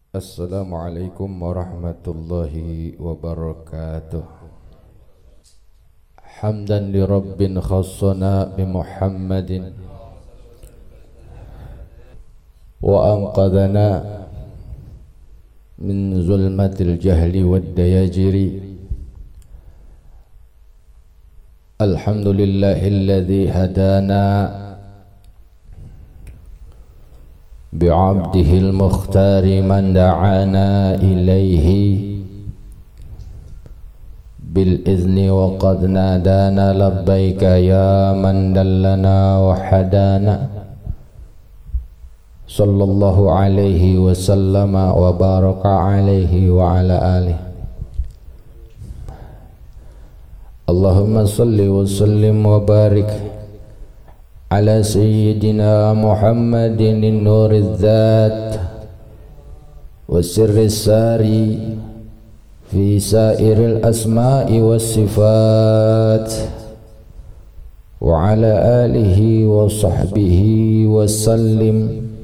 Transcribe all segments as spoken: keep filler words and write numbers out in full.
Assalamualaikum warahmatullahi wabarakatuh. Hamdan li rabbin khassana bi Muhammadin wa anqadhana min zulmatil jahli wad dayajiri. Alhamdulillahilladzi hadana بعبده المختار من دعانا إليه بالإذن وقد نادانا لبيك يا من دلنا وحدانا صلى الله عليه وسلم وبارك عليه وعلى آله. اللهم صل وسلم وبارك على سيدنا محمد النور الذات والسر الساري في سائر الأسماء والصفات وعلى آله وصحبه وسلم.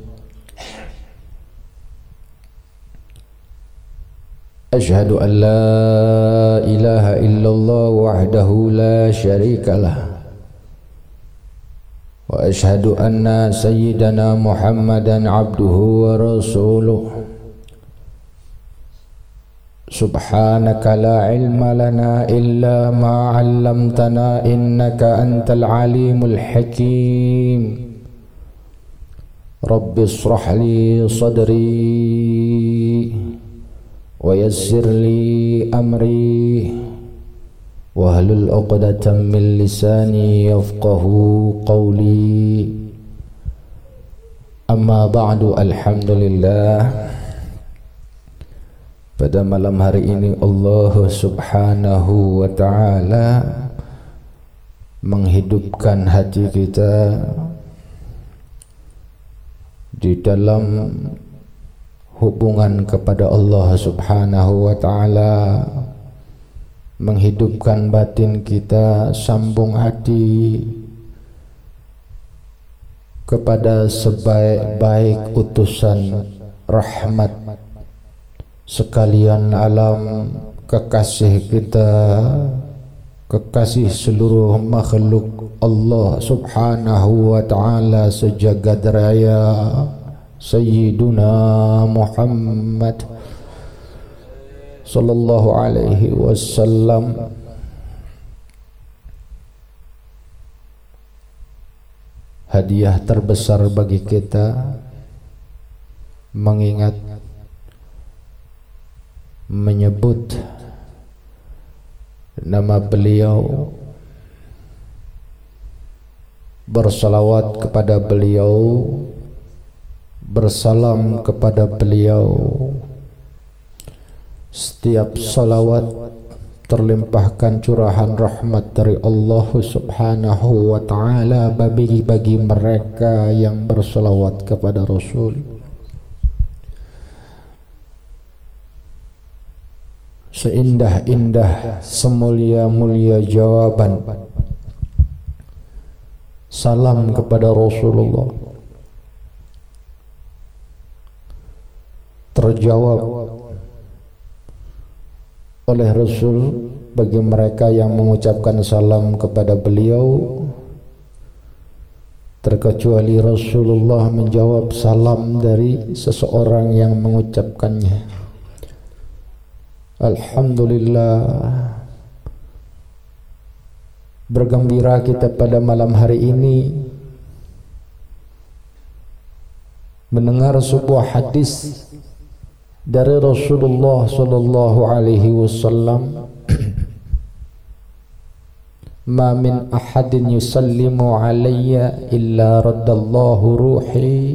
أشهد أن لا إله إلا الله وحده لا شريك له وأشهد أن سيدنا محمدًا عبده ورسوله. سبحانك لا علم لنا إلا ما علمتنا إنك أنت العليم الحكيم. رب اشرح لي صدري ويسر لي أمري wahlul uqdatan min lisani yafqahu qawli. Amma ba'du, alhamdulillah, pada malam hari ini Allah subhanahu wa ta'ala menghidupkan hati kita di dalam hubungan kepada Allah subhanahu wa ta'ala, menghidupkan batin kita, sambung hati kepada sebaik-baik utusan rahmat sekalian alam, kekasih kita, kekasih seluruh makhluk Allah subhanahu wa ta'ala sejagat raya, Sayyiduna Muhammad sallallahu alaihi wasallam. Hadiah terbesar bagi kita mengingat, menyebut nama beliau, bersalawat kepada beliau, bersalam kepada beliau. Setiap salawat terlimpahkan curahan rahmat dari Allah subhanahu wa ta'ala bagi bagi mereka yang bersalawat kepada Rasul. Seindah-indah, semulia-mulia jawaban salam kepada Rasulullah terjawab oleh Rasul bagi mereka yang mengucapkan salam kepada beliau, terkecuali Rasulullah menjawab salam dari seseorang yang mengucapkannya. Alhamdulillah, bergembira kita pada malam hari ini mendengar sebuah hadis dari Rasulullah sallallahu alaihi wasallam. Ma min ahadin yusallimu alayya illa raddallahu ruhi.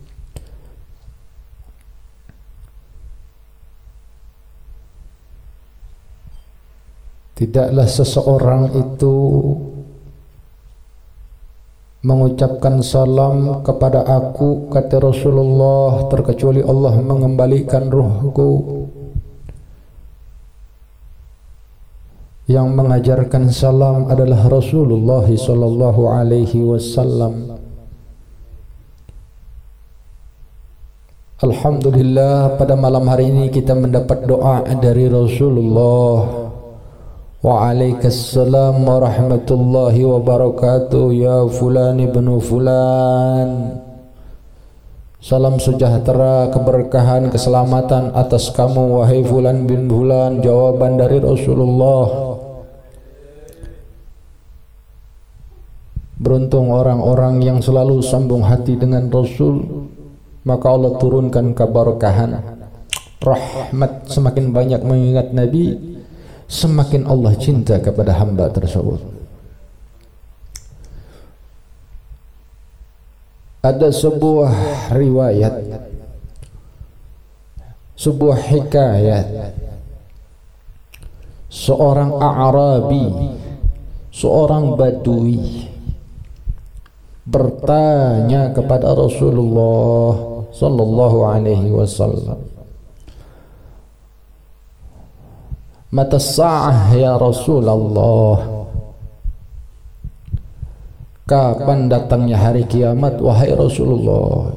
Tidaklah seseorang itu mengucapkan salam kepada aku, kata Rasulullah, terkecuali Allah mengembalikan ruhku. Yang mengajarkan salam adalah Rasulullah sallallahu alaihi wasallam. Alhamdulillah, pada malam hari ini kita mendapat doa dari Rasulullah. Waalaikumsalam warahmatullahi wabarakatuh. Ya fulan ibnu fulan, salam sejahtera, keberkahan, keselamatan atas kamu wahai fulan bin fulan. Jawaban dari Rasulullah. Beruntung orang-orang yang selalu sambung hati dengan Rasul, maka Allah turunkan keberkahan, rahmat. Semakin banyak mengingat Nabi, semakin Allah cinta kepada hamba tersebut. Ada sebuah riwayat, sebuah hikayat, seorang A'rabi, seorang Badui bertanya kepada Rasulullah sallallahu alaihi wasallam, "Mata sa'ah ya Rasulullah?" Kapan datangnya hari kiamat wahai Rasulullah?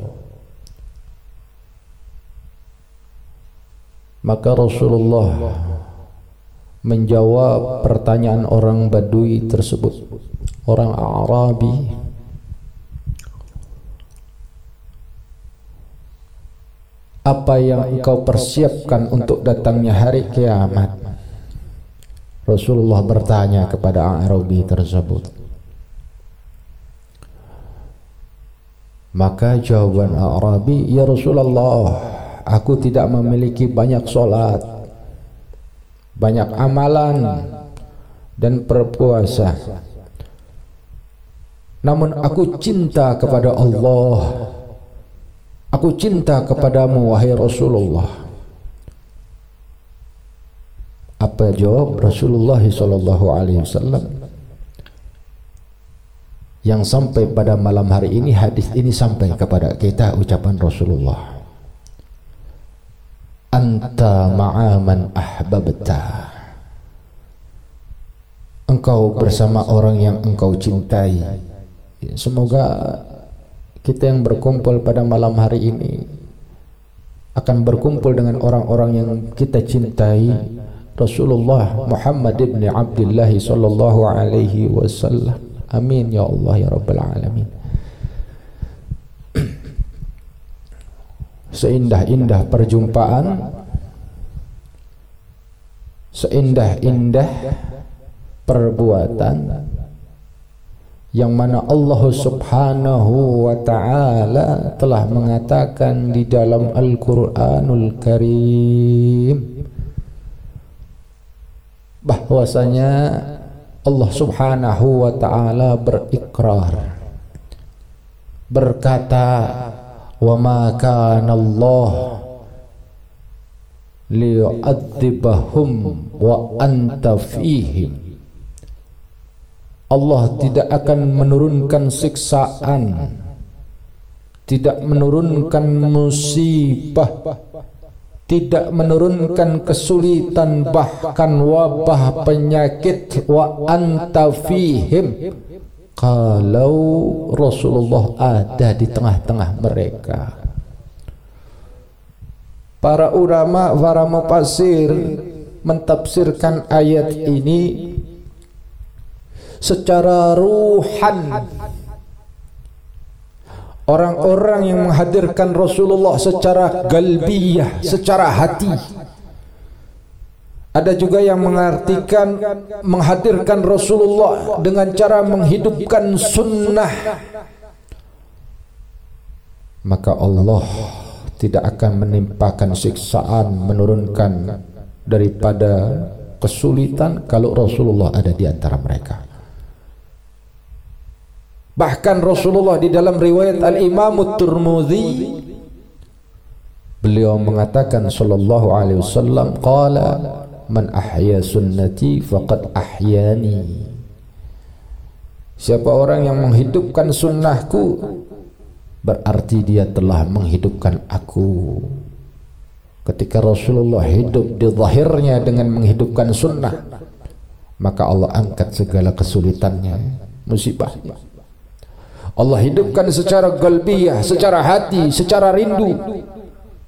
Maka Rasulullah menjawab pertanyaan orang Badui tersebut, orang Arabi, "Apa yang engkau persiapkan untuk datangnya hari kiamat?" Rasulullah bertanya kepada Arabi tersebut. Maka jawaban Arabi, "Ya Rasulullah, aku tidak memiliki banyak solat, banyak amalan dan berpuasa. Namun aku cinta kepada Allah. Aku cinta kepadamu wahai Rasulullah." Apa jawab Rasulullah sallallahu alaihi wasallam? Yang sampai pada malam hari ini, hadis ini sampai kepada kita, ucapan Rasulullah, "Anta ma'aman ahbabta." Engkau bersama orang yang engkau cintai. Semoga kita yang berkumpul pada malam hari ini akan berkumpul dengan orang-orang yang kita cintai, Rasulullah Muhammad ibn Abdullah sallallahu alaihi wasallam. Amin ya Allah ya Rabbal Alamin. Seindah-indah perjumpaan, seindah-indah perbuatan yang mana Allah Subhanahu wa ta'ala telah mengatakan di dalam Al-Quranul Karim bahwasanya Allah Subhanahu wa ta'ala berikrar, berkata, "Wa ma kana Allah liyu'adzibahum wa anta fihim." Allah tidak akan menurunkan siksaan, tidak menurunkan musibah, tidak menurunkan kesulitan, bahkan wabah penyakit, wa anta fihim, kalau Rasulullah ada di tengah-tengah mereka. Para ulama, para mufassir mentafsirkan ayat ini secara ruhan. Orang-orang yang menghadirkan Rasulullah secara galbiyah, secara hati. Ada juga yang mengartikan menghadirkan Rasulullah dengan cara menghidupkan sunnah. Maka Allah tidak akan menimpakan siksaan, menurunkan daripada kesulitan kalau Rasulullah ada di antara mereka. Bahkan Rasulullah di dalam riwayat Al-Imam At-Tirmidzi, beliau mengatakan sallallahu alaihi wasallam, qala man ahya sunnati faqad ahyani. Siapa orang yang menghidupkan sunnahku, berarti dia telah menghidupkan aku. Ketika Rasulullah hidup di zahirnya dengan menghidupkan sunnah, maka Allah angkat segala kesulitannya, musibahnya. Allah hidupkan secara qalbiyah, secara hati, secara rindu.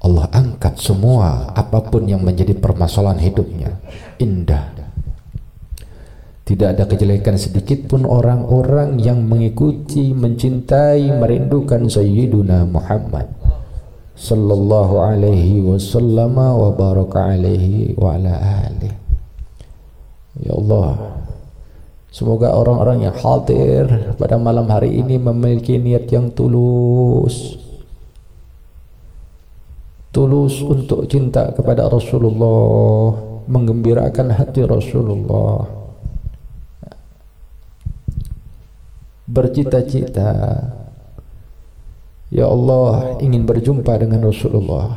Allah angkat semua apapun yang menjadi permasalahan hidupnya. Indah. Tidak ada kejelekan sedikit pun orang-orang yang mengikuti, mencintai, merindukan Sayyiduna Muhammad sallallahu alaihi wasallam wa baraka alaihi wa ala alihi. Ya Allah, semoga orang-orang yang hadir pada malam hari ini memiliki niat yang tulus. Tulus untuk cinta kepada Rasulullah, menggembirakan hati Rasulullah, bercita-cita, ya Allah, ingin berjumpa dengan Rasulullah,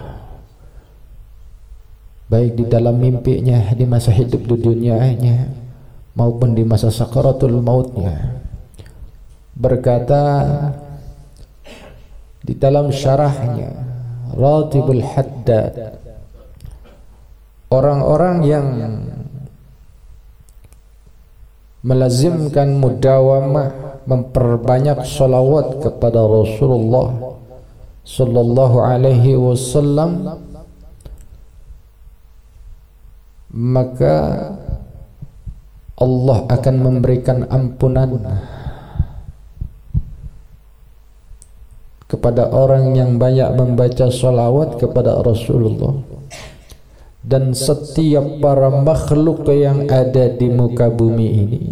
baik di dalam mimpinya, di masa hidup di dunianya, maupun di masa sakaratul mautnya. Berkata di dalam syarahnya Ratibul Haddad, orang-orang yang melazimkan mudawamah, memperbanyak salawat kepada Rasulullah sallallahu alaihi wasallam, maka Allah akan memberikan ampunan kepada orang yang banyak membaca salawat kepada Rasulullah. Dan setiap para makhluk yang ada di muka bumi ini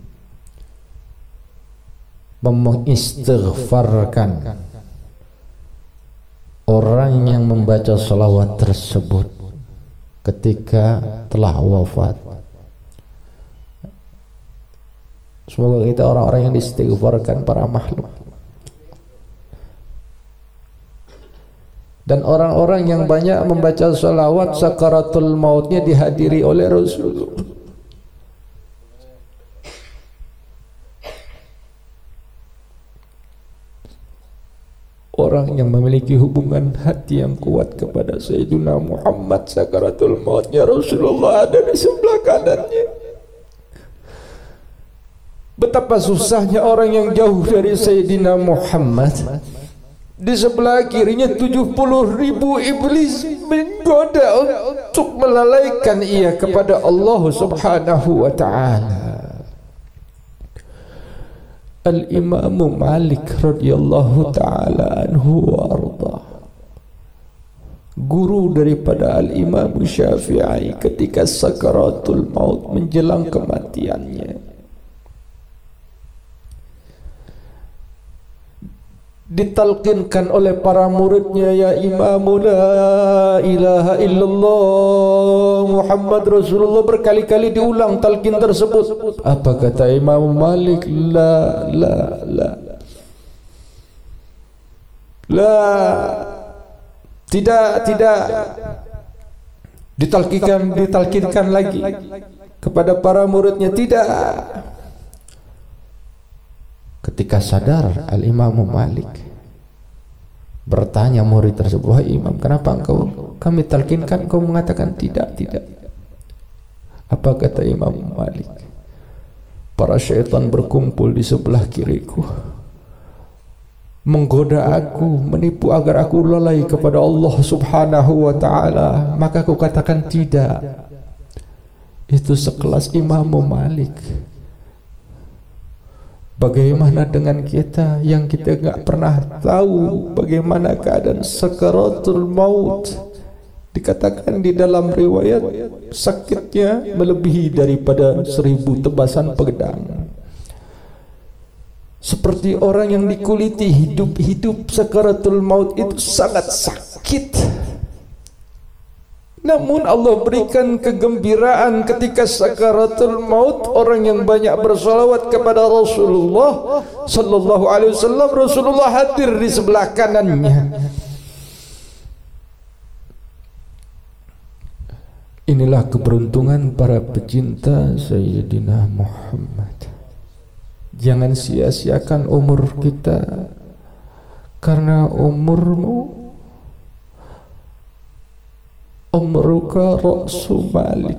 mengistighfarkan orang yang membaca salawat tersebut ketika telah wafat. Semoga kita orang-orang yang diistighfarkan para makhluk. Dan orang-orang yang banyak membaca salawat, sakaratul mautnya dihadiri oleh Rasulullah. Orang yang memiliki hubungan hati yang kuat kepada Sayyidina Muhammad, sakaratul mautnya Rasulullah ada di sebelah kanannya. Betapa susahnya orang yang jauh dari Sayyidina Muhammad. Di sebelah kirinya tujuh puluh ribu iblis menggoda untuk melalaikan ia kepada Allah subhanahu wa ta'ala. Al-Imam Malik radhiyallahu ta'ala anhu wa arda, guru daripada Al-Imam Syafi'i, ketika sakaratul maut menjelang kematiannya, ditalkinkan oleh para muridnya, ya Imam la ilaha illallah Muhammad Rasulullah. Berkali-kali diulang talqin tersebut. Apa kata Imam Malik? La la la la, tidak tidak ditalkinkan ditalkinkan lagi kepada para muridnya, tidak. Ketika sadar, Al-Imam Malik bertanya murid tersebut, wahai Imam, kenapa engkau kami talkinkan kau mengatakan tidak, tidak? Apa kata Imam Malik? Para syaitan berkumpul di sebelah kiriku, menggoda aku, menipu agar aku lalai kepada Allah subhanahu wa ta'ala. Maka aku katakan tidak. Itu sekelas Imam Malik. Bagaimana dengan kita yang kita enggak pernah tahu bagaimana keadaan sakaratul maut? Dikatakan di dalam riwayat sakitnya melebihi daripada seribu tebasan pedang. Seperti orang yang dikuliti hidup-hidup, sakaratul maut itu sangat sakit. Namun Allah berikan kegembiraan ketika sakaratul maut. Orang yang banyak bersalawat kepada Rasulullah sallallahu alaihi wasallam, Rasulullah hadir di sebelah kanannya. Inilah keberuntungan para pecinta Sayyidina Muhammad. Jangan sia-siakan umur kita, karena umurmu umruka ra'su malik,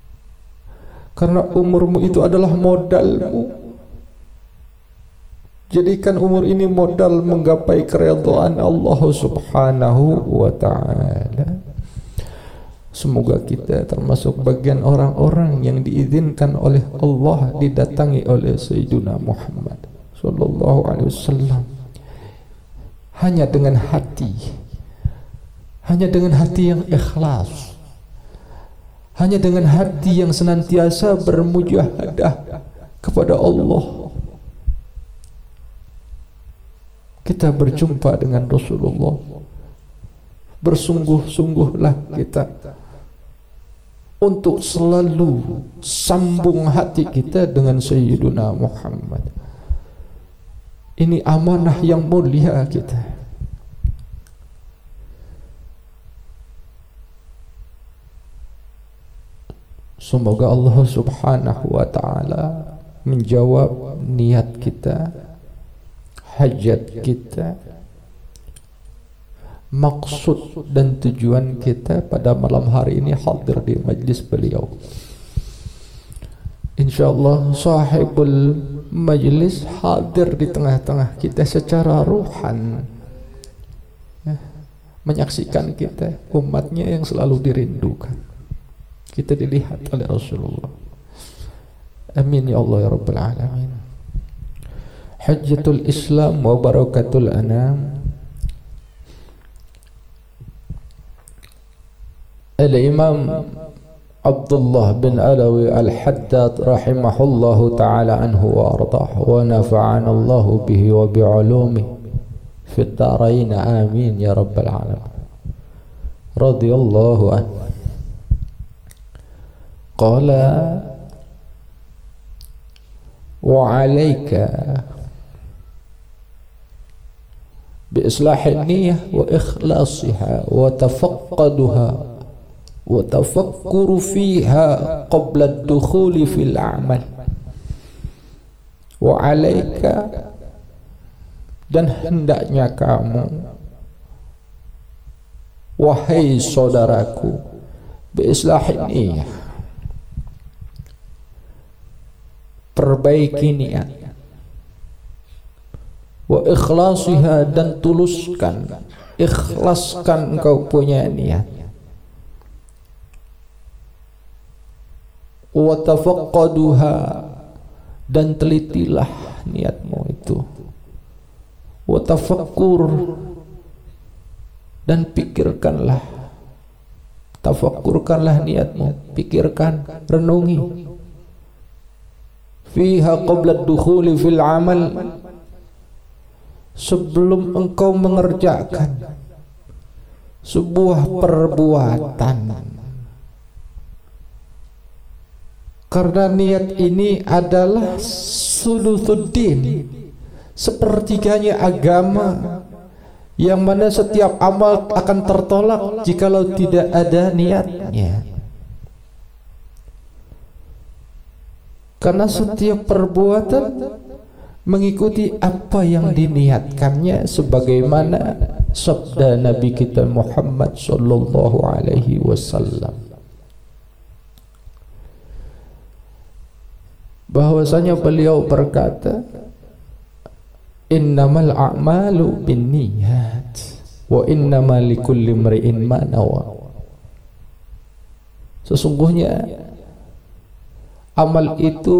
karena umurmu itu adalah modalmu. Jadikan umur ini modal menggapai keridhaan Allah Subhanahu wa ta'ala. Semoga kita termasuk bagian orang-orang yang diizinkan oleh Allah didatangi oleh Sayyidina Muhammad sallallahu alaihi wasallam hanya dengan hati, hanya dengan hati yang ikhlas, hanya dengan hati yang senantiasa bermujahadah kepada Allah. Kita berjumpa dengan Rasulullah, bersungguh-sungguhlah kita untuk selalu sambung hati kita dengan Sayyiduna Muhammad. Ini amanah yang mulia kita. Semoga Allah Subhanahu wa ta'ala menjawab niat kita, hajat kita, maksud dan tujuan kita pada malam hari ini hadir di majlis beliau. InsyaAllah sahibul majlis hadir di tengah-tengah kita secara ruhan, ya, menyaksikan kita, umatnya yang selalu dirindukan. Kita dilihat oleh Rasulullah. Amin ya Allah ya Rabbal Alamin. Hajjatul Islam wa barakatul anam. Al-Imam Abdullah bin Alawi Al-Haddad rahimahullahu ta'ala anhu wa ardah wa nafa'ana Allah bihi wa bi'ulumihi fid darain amin ya Rabbal Alamin. Radiyallahu anhu qala wa alayka bi-islahin niyyah wa ikhlasiha wa tafaqquduha wa tafakkuru fiha qabla ad-dukhuli fil a'mal. Wa alayka, dan hendaknya kamu wahai saudaraku bi-islahin niyyah, perbaiki niat, wa ikhlasiha, dan tuluskan, ikhlaskan engkau punya niat, wa tafaqquduha, dan telitilah niatmu itu, wa tafakkur, dan pikirkanlah, tafakkurkanlah niatmu, pikirkan, renungi, fiha qabla ad-dukhuli fil amal, sebelum engkau mengerjakan sebuah perbuatan. Karena niat ini adalah sulusuddin, sepertiganya agama, yang mana setiap amal akan tertolak jikalau tidak ada niatnya. Karena setiap perbuatan mengikuti apa yang diniatkannya, sebagaimana sabda Nabi kita Muhammad sallallahu alaihi wasallam, bahwasanya beliau berkata, innamal a'malu binniyat wa innamal likulli imri'in ma nawa. Sesungguhnya amal itu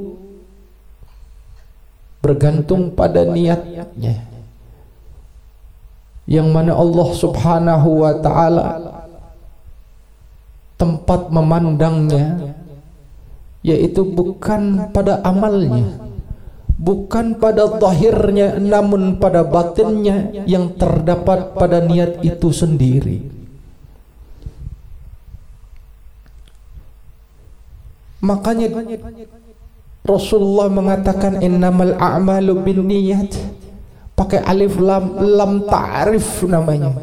bergantung pada niatnya, yang mana Allah Subhanahu wa ta'ala tempat memandangnya yaitu bukan pada amalnya, bukan pada zahirnya, namun pada batinnya yang terdapat pada niat itu sendiri. Makanya Rasulullah mengatakan innamal a'malu binniyat, pakai alif lam, lam ta'rif namanya.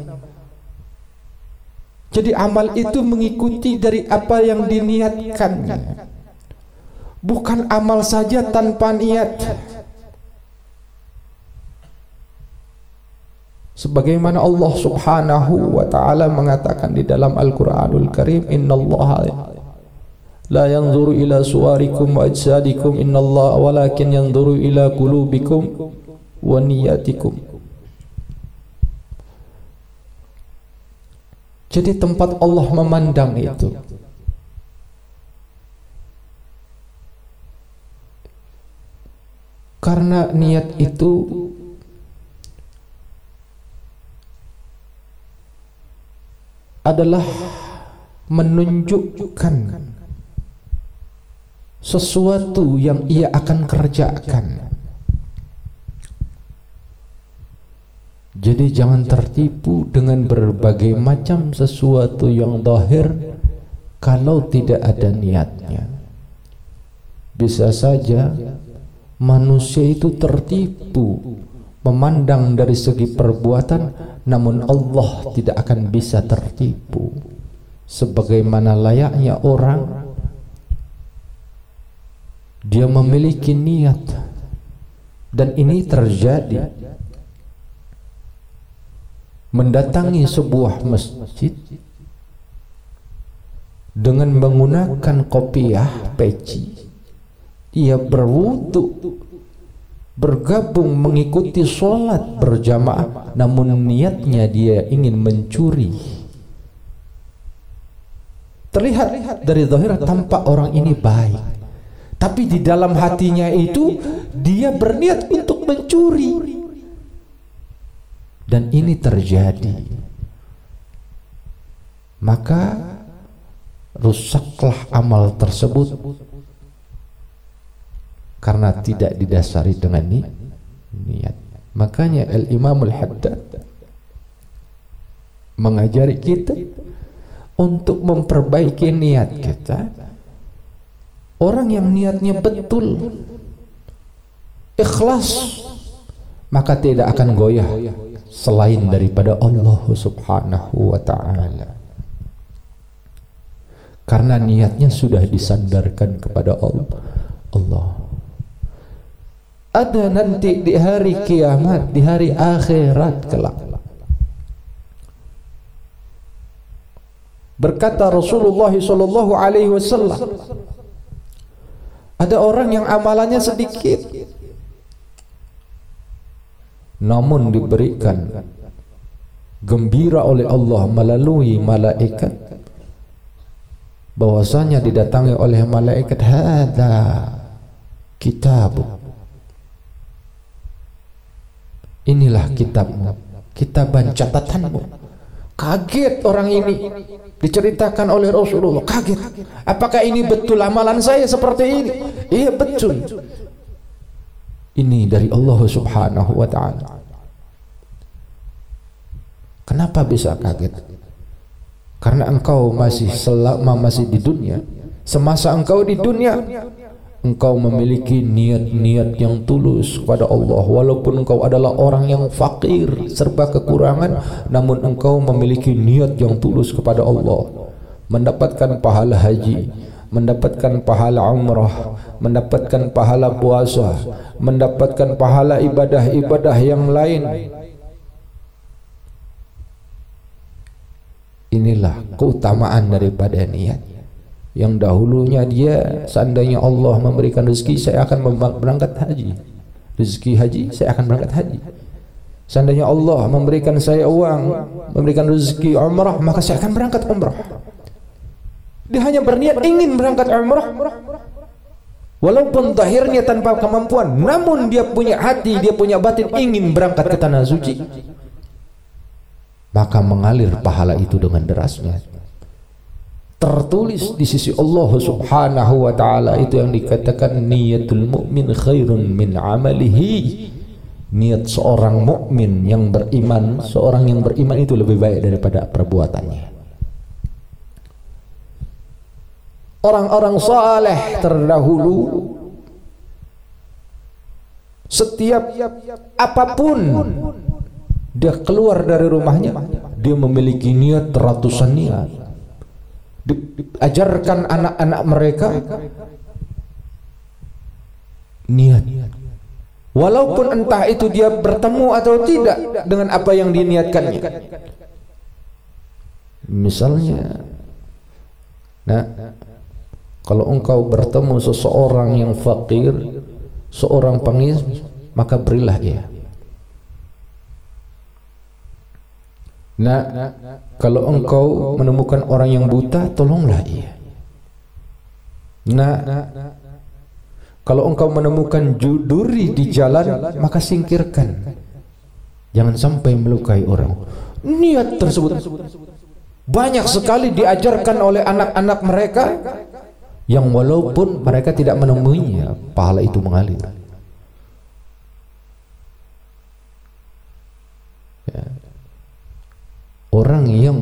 Jadi amal itu mengikuti dari apa yang diniatkannya, bukan amal saja tanpa niat. Sebagaimana Allah Subhanahu wa ta'ala mengatakan di dalam Al-Quranul Karim, innallaha la yanzuru ila suwarikum wa ajsadikum innallaha walakin yanzuru ila qulubikum wa niyatikum. Jadi tempat Allah memandang itu karena niat itu adalah menunjukkan sesuatu yang ia akan kerjakan. Jadi jangan tertipu dengan berbagai macam sesuatu yang zahir kalau tidak ada niatnya. Bisa saja manusia itu tertipu memandang dari segi perbuatan, namun Allah tidak akan bisa tertipu. Sebagaimana layaknya orang, dia memiliki niat, dan ini terjadi. Mendatangi sebuah masjid dengan menggunakan kopiah peci, ia berwudu, bergabung mengikuti sholat berjamaah, namun niatnya dia ingin mencuri. Terlihat dari zahir tampak orang ini baik, tapi di dalam hatinya itu dia berniat untuk mencuri. Dan ini terjadi, maka rusaklah amal tersebut karena tidak didasari dengan ni niat. Makanya Al-Imam Al-Haddad mengajari kita untuk memperbaiki niat kita. Orang yang niatnya betul, ikhlas, maka tidak akan goyah selain daripada Allah Subhanahu wa ta'ala, karena niatnya sudah disandarkan kepada Allah. Ada nanti di hari kiamat, di hari akhirat kelak, berkata Rasulullah sallallahu alaihi wasallam, ada orang yang amalannya sedikit namun diberikan gembira oleh Allah melalui malaikat, bahwasanya didatangi oleh malaikat, hadza kitab, inilah kitabmu, kitaban catatanmu. Kaget orang ini, diceritakan oleh Rasulullah, kaget, apakah ini betul amalan saya seperti ini? Iya betul, ini dari Allah Subhanahu wa ta'ala. Kenapa bisa kaget? Karena engkau masih selama masih di dunia, semasa engkau di dunia, engkau memiliki niat-niat yang tulus kepada Allah. Walaupun engkau adalah orang yang fakir, serba kekurangan, namun engkau memiliki niat yang tulus kepada Allah, mendapatkan pahala haji, mendapatkan pahala umrah, mendapatkan pahala puasa, mendapatkan pahala ibadah-ibadah yang lain. Inilah keutamaan daripada niat. Yang dahulunya dia, seandainya Allah memberikan rezeki, saya akan berangkat haji, rezeki haji, saya akan berangkat haji. Seandainya Allah memberikan saya uang, memberikan rezeki umrah, maka saya akan berangkat umrah. Dia hanya berniat ingin berangkat umrah, walaupun zahirnya tanpa kemampuan, namun dia punya hati, dia punya batin ingin berangkat ke tanah suci, maka mengalir pahala itu dengan derasnya. Tertulis di sisi Allah Subhanahu wa ta'ala, itu yang dikatakan niyatul mu'min khairun min amalihi. Niat seorang mukmin yang beriman, seorang yang beriman itu lebih baik daripada perbuatannya. Orang-orang saleh terdahulu, setiap apapun dia keluar dari rumahnya, dia memiliki niat ratusan niat. Diajarkan anak-anak mereka niat, walaupun entah itu dia bertemu atau tidak dengan apa yang diniatkannya. Misalnya, nah, kalau engkau bertemu seseorang yang fakir, seorang pengemis, maka berilah ia Nah, kalau engkau menemukan orang yang buta, tolonglah ia. Nah, kalau engkau menemukan duri di jalan, maka singkirkan. Jangan sampai melukai orang. Niat tersebut banyak sekali diajarkan oleh anak-anak mereka, yang walaupun mereka tidak menemuinya, pahala itu mengalir. Ya. Orang yang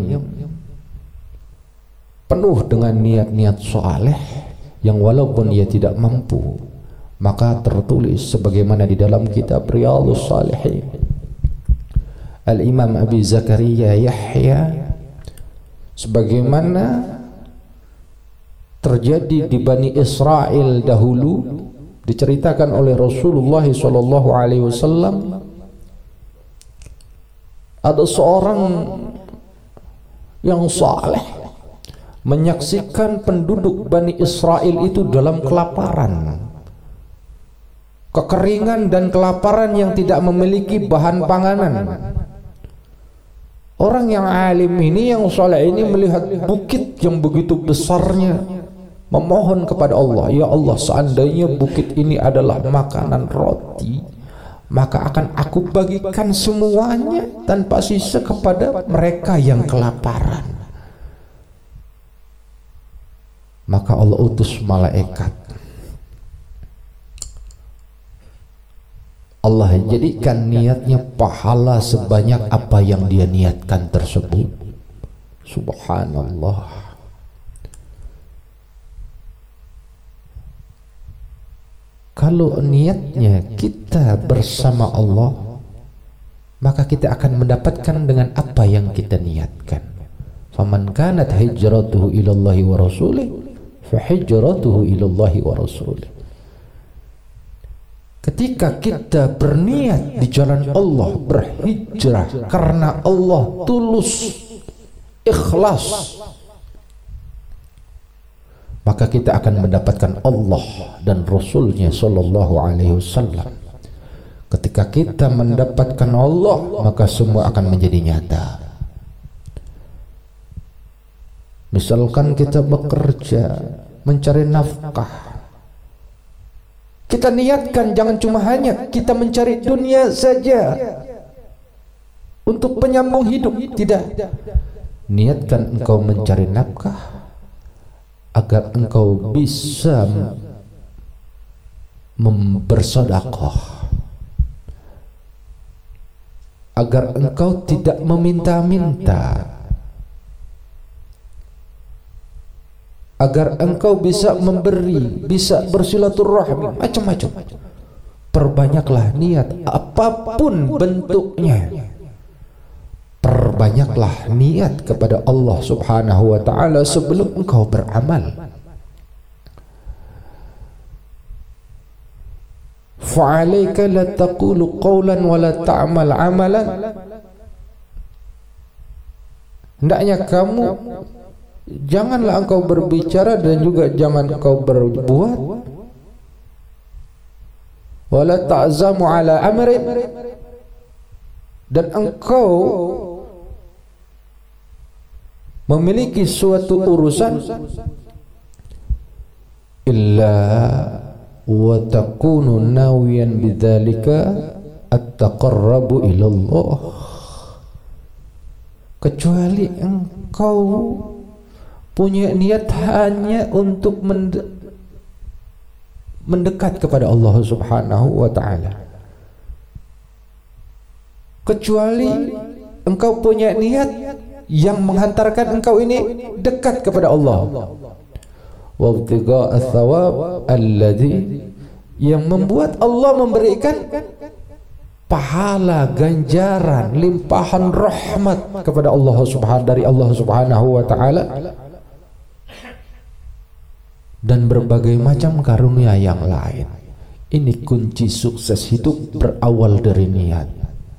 penuh dengan niat-niat soleh, yang walaupun ia tidak mampu, maka tertulis sebagaimana di dalam kitab Riyadhus Shalihin, Al-Imam Abi Zakaria Yahya, sebagaimana terjadi di Bani Israel dahulu, diceritakan oleh Rasulullah sallallahu alaihi wasallam, ada seorang yang saleh menyaksikan penduduk Bani Israel itu dalam kelaparan, kekeringan dan kelaparan yang tidak memiliki bahan panganan. Orang yang alim ini, yang saleh ini, melihat bukit yang begitu besarnya, memohon kepada Allah, ya Allah, seandainya bukit ini adalah makanan roti, maka akan aku bagikan semuanya tanpa sisa kepada mereka yang kelaparan. Maka Allah utus malaikat, Allah jadikan niatnya pahala sebanyak apa yang dia niatkan tersebut. Subhanallah. Kalau niatnya kita bersama Allah, maka kita akan mendapatkan dengan apa yang kita niatkan. Faman kanat hijratuhu ilallahi wa rasulih, fa hijratuhu ilallahi wa rasulih. Ketika kita berniat di jalan Allah, berhijrah karena Allah, tulus, ikhlas, maka kita akan mendapatkan Allah dan Rasulnya sallallahu alaihi wasallam. Ketika kita mendapatkan Allah, maka semua akan menjadi nyata. Misalkan kita bekerja, mencari nafkah, kita niatkan jangan cuma hanya kita mencari dunia saja untuk penyambung hidup, tidak. Niatkan engkau mencari nafkah agar engkau bisa bersedekah, agar engkau tidak meminta-minta, agar engkau bisa memberi, bisa bersilaturahmi, macam-macam. Perbanyaklah niat apapun bentuknya. Perbanyaklah niat kepada Allah Subhanahu wa taala sebelum engkau beramal. Fa'alaika la taqulu qawlan wa la ta'mal 'amalan. Hendaknya kamu, janganlah engkau berbicara dan juga jangan engkau berbuat, wala ta'zamu ala amrin, dan engkau memiliki suatu urusan illa wa takunu nawiyan bidzalika at-taqarrabu ila Allah, kecuali engkau punya niat hanya untuk mendekat kepada Allah Subhanahu wa taala. Kecuali engkau punya niat yang menghantarkan engkau ini dekat kepada Allah. Wa ibtigha'a tsawab alladhi, yang membuat Allah memberikan pahala, ganjaran, limpahan rahmat kepada Allah Subhanahu dari Allah Subhanahu wa taala, dan berbagai macam karunia yang lain. Ini kunci sukses hidup, berawal dari niat.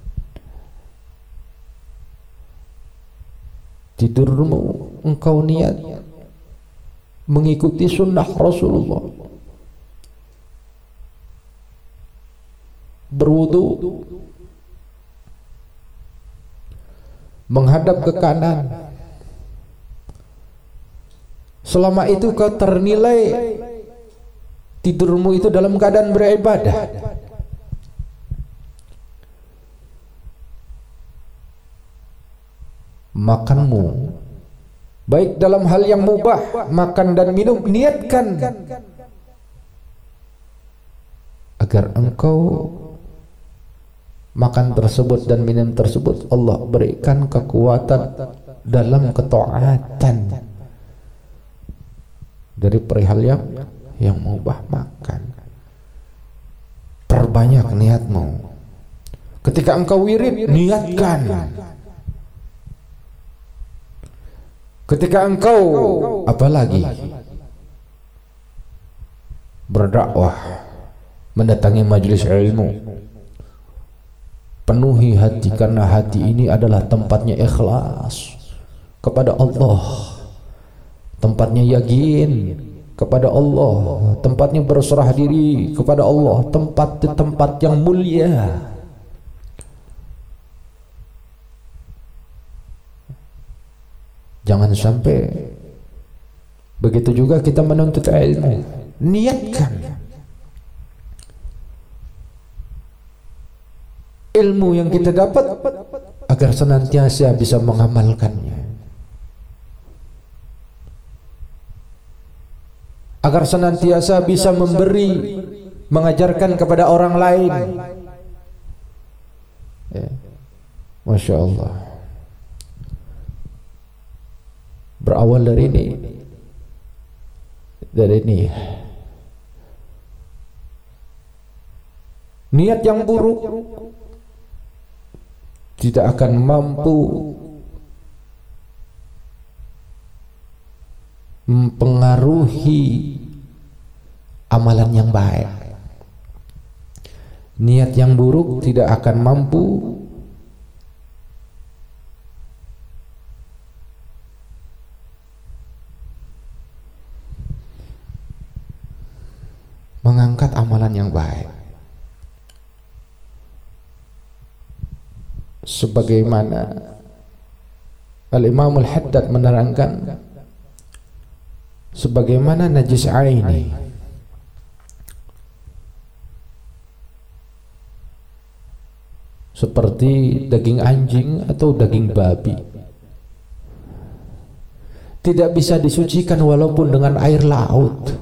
Tidurmu engkau niat mengikuti sunnah Rasulullah, berwudu, menghadap ke kanan. Selama itu kau ternilai tidurmu itu dalam keadaan beribadah. Makanmu baik dalam hal yang mubah, makan dan minum, niatkan agar engkau makan tersebut dan minum tersebut Allah berikan kekuatan dalam ketaatan dari perihal yang yang mubah. Makan, perbanyak niatmu. Ketika engkau wirid, niatkan. Ketika engkau apalagi berdakwah, mendatangi majelis ilmu, penuhi hati, karena hati ini adalah tempatnya ikhlas kepada Allah, tempatnya yakin kepada Allah, tempatnya berserah diri kepada Allah, tempat tempat yang mulia. Jangan sampai begitu juga kita menuntut ilmu, niatkan ilmu yang kita dapat agar senantiasa bisa mengamalkannya, agar senantiasa bisa memberi, mengajarkan kepada orang lain. Ya. Masya Allah. Berawal dari ini, dari ini niat yang buruk tidak akan mampu mempengaruhi amalan yang baik. Niat yang buruk tidak akan mampu mengangkat amalan yang baik. Sebagaimana Al-Imam Al-Haddad menerangkan, sebagaimana najis aini seperti daging anjing atau daging babi, tidak bisa disucikan walaupun dengan air laut.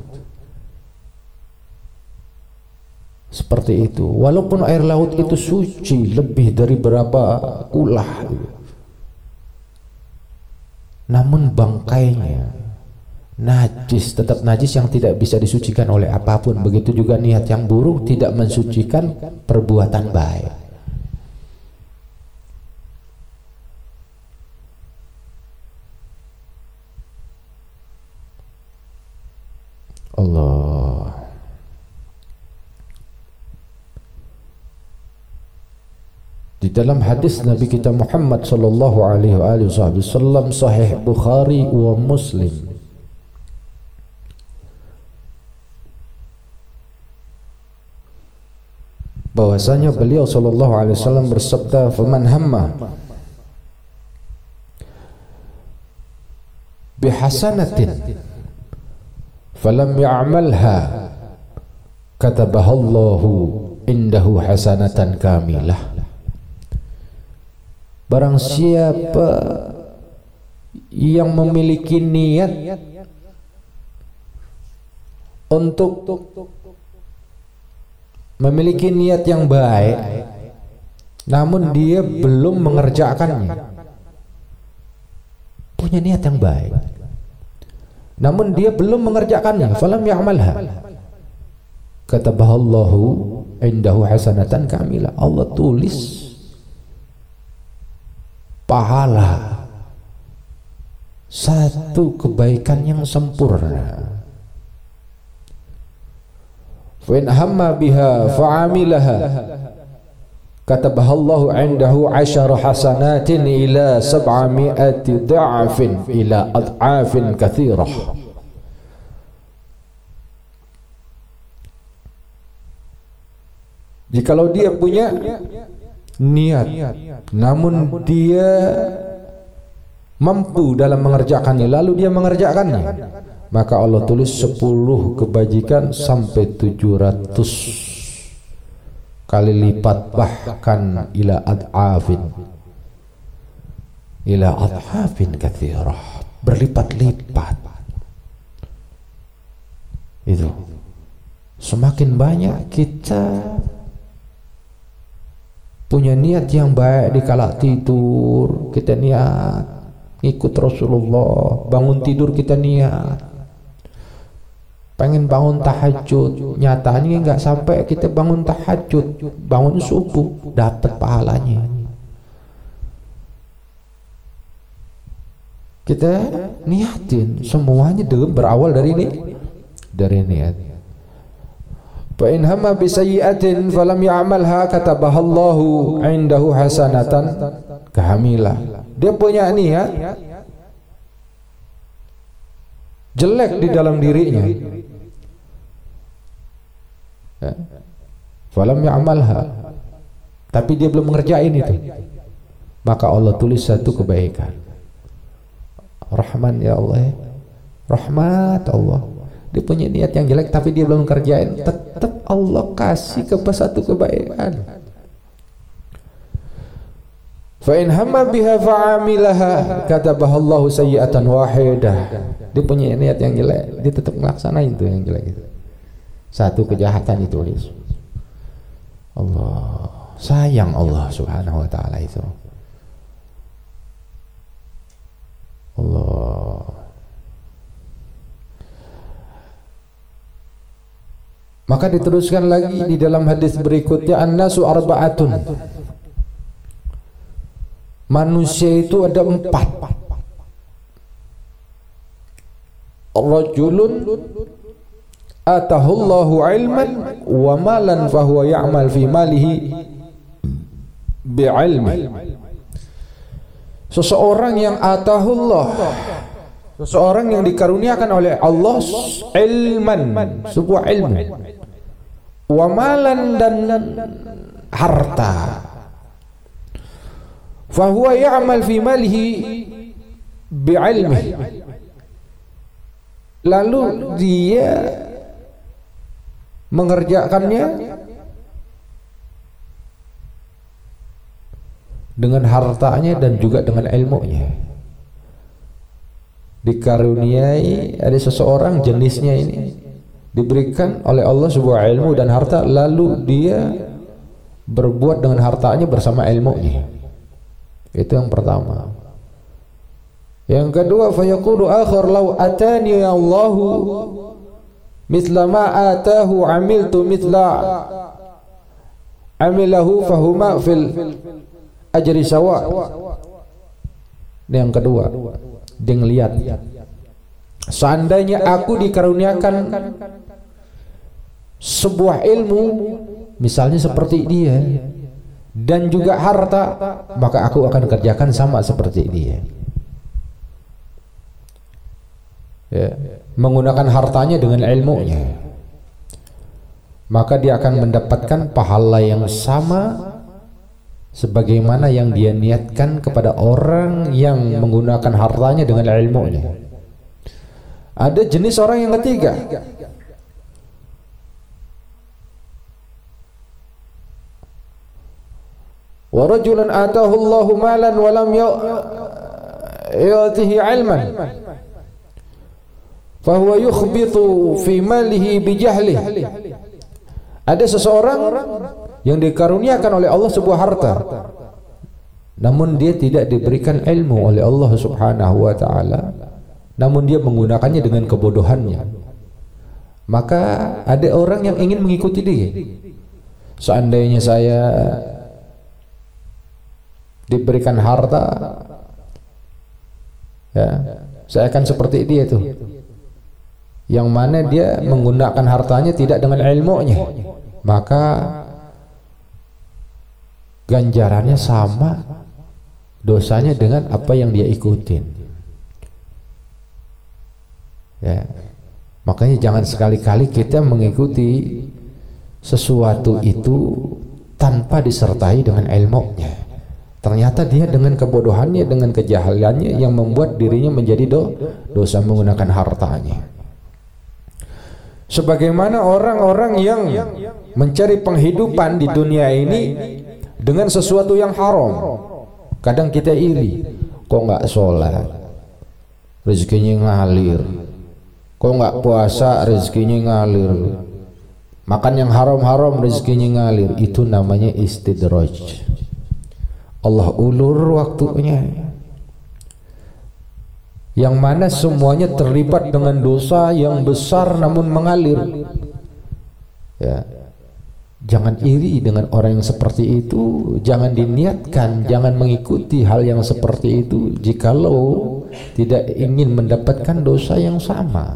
Seperti itu, walaupun air laut itu suci lebih dari berapa kulah, namun bangkainya najis, tetap najis yang tidak bisa disucikan oleh apapun. Begitu juga niat yang buruk tidak mensucikan perbuatan baik. Allah. Di dalam hadis Nabi kita Muhammad sallallahu alaihi wasallam sahih Bukhari wa Muslim, bahwasanya beliau sallallahu alaihi wasallam bersabda, "Faman hamma bihasanatin falam ya'malha katabahallahu indahu hasanatan kamilah." Barang siapa yang memiliki niat untuk memiliki niat yang baik, namun dia belum mengerjakannya, punya niat yang baik, namun dia belum mengerjakannya, falam ya'malha katabahallahu indahu hasanatan kamilah. Allah tulis pahala satu kebaikan yang sempurna. Fa in hamma biha fa'amilaha katabahallahu indahu asyara hasanatin ila sab'ami'ati dha'fin ila ad'afin katsirah. Jikalau dia punya niat namun dia mampu dalam mengerjakannya, lalu dia mengerjakannya, maka Allah tulis sepuluh kebajikan sampai tujuh ratus kali lipat, bahkan ila ad'afin ila ad'afin katsirah, berlipat-lipat. Itu semakin banyak kita punya niat yang baik di kala tidur, kita niat ikut Rasulullah, bangun tidur kita niat pengen bangun tahajud, nyatanya nggak sampai kita bangun tahajud, bangun subuh dapat pahalanya. Kita niatin semuanya dengan berawal dari ini, dari niat. Fa in hamma bi sayyi'atin falam ya'malha katabaha Allahu 'indahu hasanatan kahamilah. Dia punya niat jelek di dalam dirinya, ya. Falam ya'malha, tapi dia belum mengerjain itu, maka Allah tulis satu kebaikan. Rahman ya Allah, rahmat Allah. Dia punya niat yang jelek tapi dia belum kerjain, tetap Allah kasih ke satu kebaikan. Fa in hamma biha fa'amilaha katabaha Allahu sayyi'atan wahidah. Dia punya niat yang jelek, dia tetap melaksanain itu yang jelek itu. Satu kejahatan ditulis. Allah sayang Allah Subhanahu wa taala itu. Allah. Maka diteruskan lagi di dalam hadis berikutnya, an-nasu arba'atun. Manusia itu ada empat. Rajulun atahullahu ilman wa malan fahuwa ya'mal fi malihi bi'ilmi. Seseorang yang atahullah, seseorang yang dikaruniakan oleh Allah ilman, sebuah ilmu, wa malan dan harta, fahuwa ya'mal fi malihi bi'ilmi, lalu dia mengerjakannya dengan hartanya dan juga dengan ilmunya. Dikaruniai ada seseorang jenisnya ini, diberikan oleh Allah sebuah ilmu dan harta, lalu dia berbuat dengan hartanya bersama ilmunya. Itu yang pertama. Yang kedua, fayaqulu akhar law atani Allahu mithla ma atahu amiltu mithla amilahu fahuma fil ajri sawa. Yang kedua, dia ngelihat, seandainya aku dikaruniakan sebuah ilmu misalnya seperti dia dan juga harta, maka aku akan kerjakan sama seperti dia. Ya, menggunakan hartanya dengan ilmunya, maka dia akan mendapatkan pahala yang sama sebagaimana yang dia niatkan kepada orang yang menggunakan hartanya dengan ilmunya. Ada jenis orang yang ketiga, wa rajulan atahu Allahu malan wa lam yu'tihi ilman fahuwa yukhbitu fi malihi bijahli. Ada seseorang yang dikaruniakan oleh Allah sebuah harta, namun dia tidak diberikan ilmu oleh Allah Subhanahu wa taala, namun dia menggunakannya dengan kebodohannya. Maka ada orang yang ingin mengikuti dia. Seandainya saya diberikan harta, ya, saya akan seperti dia tuh, yang mana dia menggunakan hartanya tidak dengan ilmunya, maka ganjarannya sama dosanya dengan apa yang dia ikutin. Ya, makanya jangan sekali-kali kita mengikuti sesuatu itu tanpa disertai dengan ilmunya, ternyata dia dengan kebodohannya, dengan kejahalannya yang membuat dirinya menjadi do, dosa menggunakan hartanya. Sebagaimana orang-orang yang mencari penghidupan di dunia ini dengan sesuatu yang haram. Kadang kita iri, kok nggak sholat, rezekinya ngalir. Kok nggak puasa, rezekinya ngalir. Makan yang haram-haram, rezekinya ngalir. Itu namanya istidraj. Allah ulur waktunya, yang mana semuanya terlibat dengan dosa yang besar namun mengalir. Ya, jangan iri dengan orang yang seperti itu, jangan diniatkan, jangan mengikuti hal yang seperti itu jikalau tidak ingin mendapatkan dosa yang sama.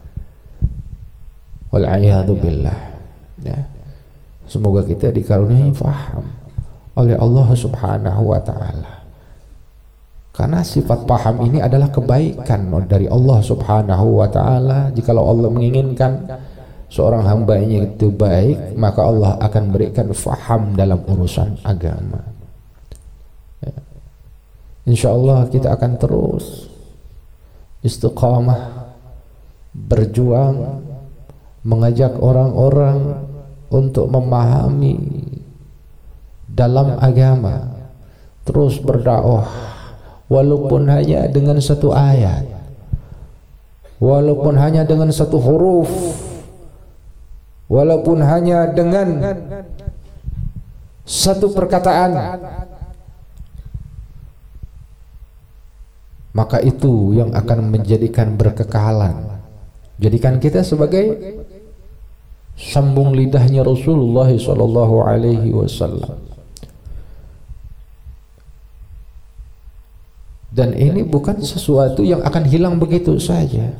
Wal'iyadu billah. Ya. Semoga kita dikaruniai faham oleh Allah Subhanahu wa ta'ala, karena sifat paham ini adalah kebaikan dari Allah Subhanahu wa ta'ala. Jikalau Allah menginginkan seorang hambanya itu baik, maka Allah akan berikan faham dalam urusan agama. Ya. Insyaallah kita akan terus istiqamah, berjuang, mengajak orang-orang untuk memahami dalam agama, terus berdakwah walaupun hanya dengan satu ayat, walaupun hanya dengan satu huruf, walaupun hanya dengan satu perkataan, maka itu yang akan menjadikan berkekalan, jadikan kita sebagai sambung lidahnya Rasulullah sallallahu alaihi wasallam. Dan ini bukan sesuatu yang akan hilang begitu saja.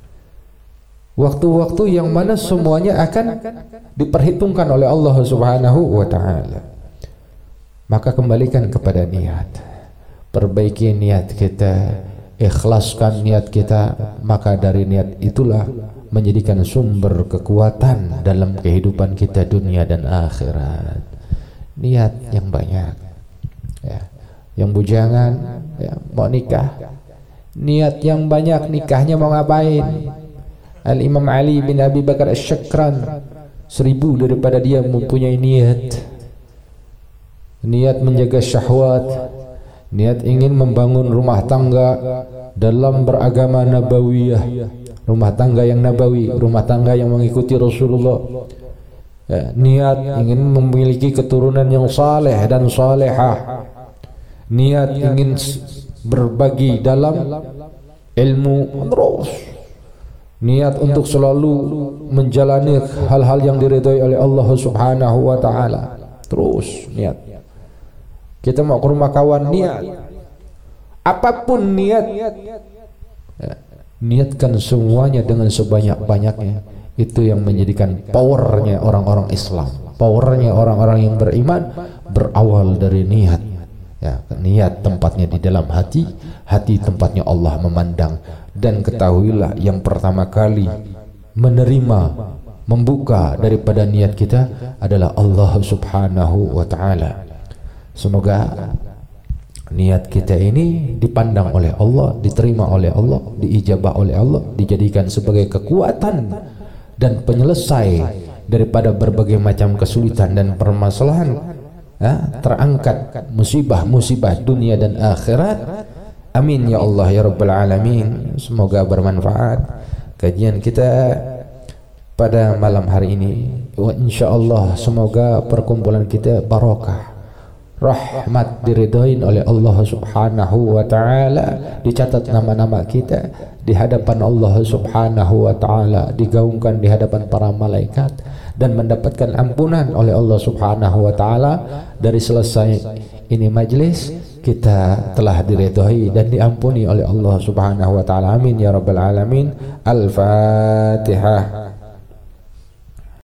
Waktu-waktu yang mana semuanya akan diperhitungkan oleh Allah Subhanahu wa ta'ala. Maka kembalikan kepada niat, perbaiki niat kita, ikhlaskan niat kita, maka dari niat itulah menjadikan sumber kekuatan dalam kehidupan kita dunia dan akhirat. Niat yang banyak, ya. Yang bujangan, ya, mau nikah, niat yang banyak, nikahnya mau ngapain? Al-Imam Ali bin Abi Bakar Asy-Syakran, seribu daripada dia mempunyai niat, niat menjaga syahwat, niat ingin membangun rumah tangga dalam beragama nabawiyah, rumah tangga yang nabawi, rumah tangga yang mengikuti Rasulullah. Ya, niat ingin memiliki keturunan yang saleh dan salehah, niat ingin berbagi dalam ilmu terus, niat untuk selalu menjalani hal-hal yang diridhai oleh Allah Subhanahu wa ta'ala. Terus niat. Kita mau ke rumah kawan, niat. Apapun niat, ya, niatkan semuanya dengan sebanyak-banyaknya. Itu yang menjadikan powernya orang-orang Islam, powernya orang-orang yang beriman berawal dari niat. Ya, niat tempatnya di dalam hati, hati tempatnya Allah memandang. Dan ketahuilah yang pertama kali menerima, membuka daripada niat kita adalah Allah Subhanahu wa ta'ala. Semoga niat kita ini dipandang oleh Allah, diterima oleh Allah, diijabah oleh Allah, dijadikan sebagai kekuatan dan penyelesai daripada berbagai macam kesulitan dan permasalahan. Ha, terangkat musibah-musibah dunia dan akhirat. Amin ya Allah ya Rabbal Alamin. Semoga bermanfaat kajian kita pada malam hari ini. Wa insyaallah semoga perkumpulan kita barakah, rahmat, diridhoin oleh Allah Subhanahu wa ta'ala, dicatat nama-nama kita di hadapan Allah Subhanahu wa ta'ala, digaungkan di hadapan para malaikat, dan mendapatkan ampunan oleh Allah Subhanahu wa ta'ala. Dari selesai ini majlis, kita telah diridhoi dan diampuni oleh Allah Subhanahu wa ta'ala. Amin ya Rabbal Alamin. Al-Fatihah.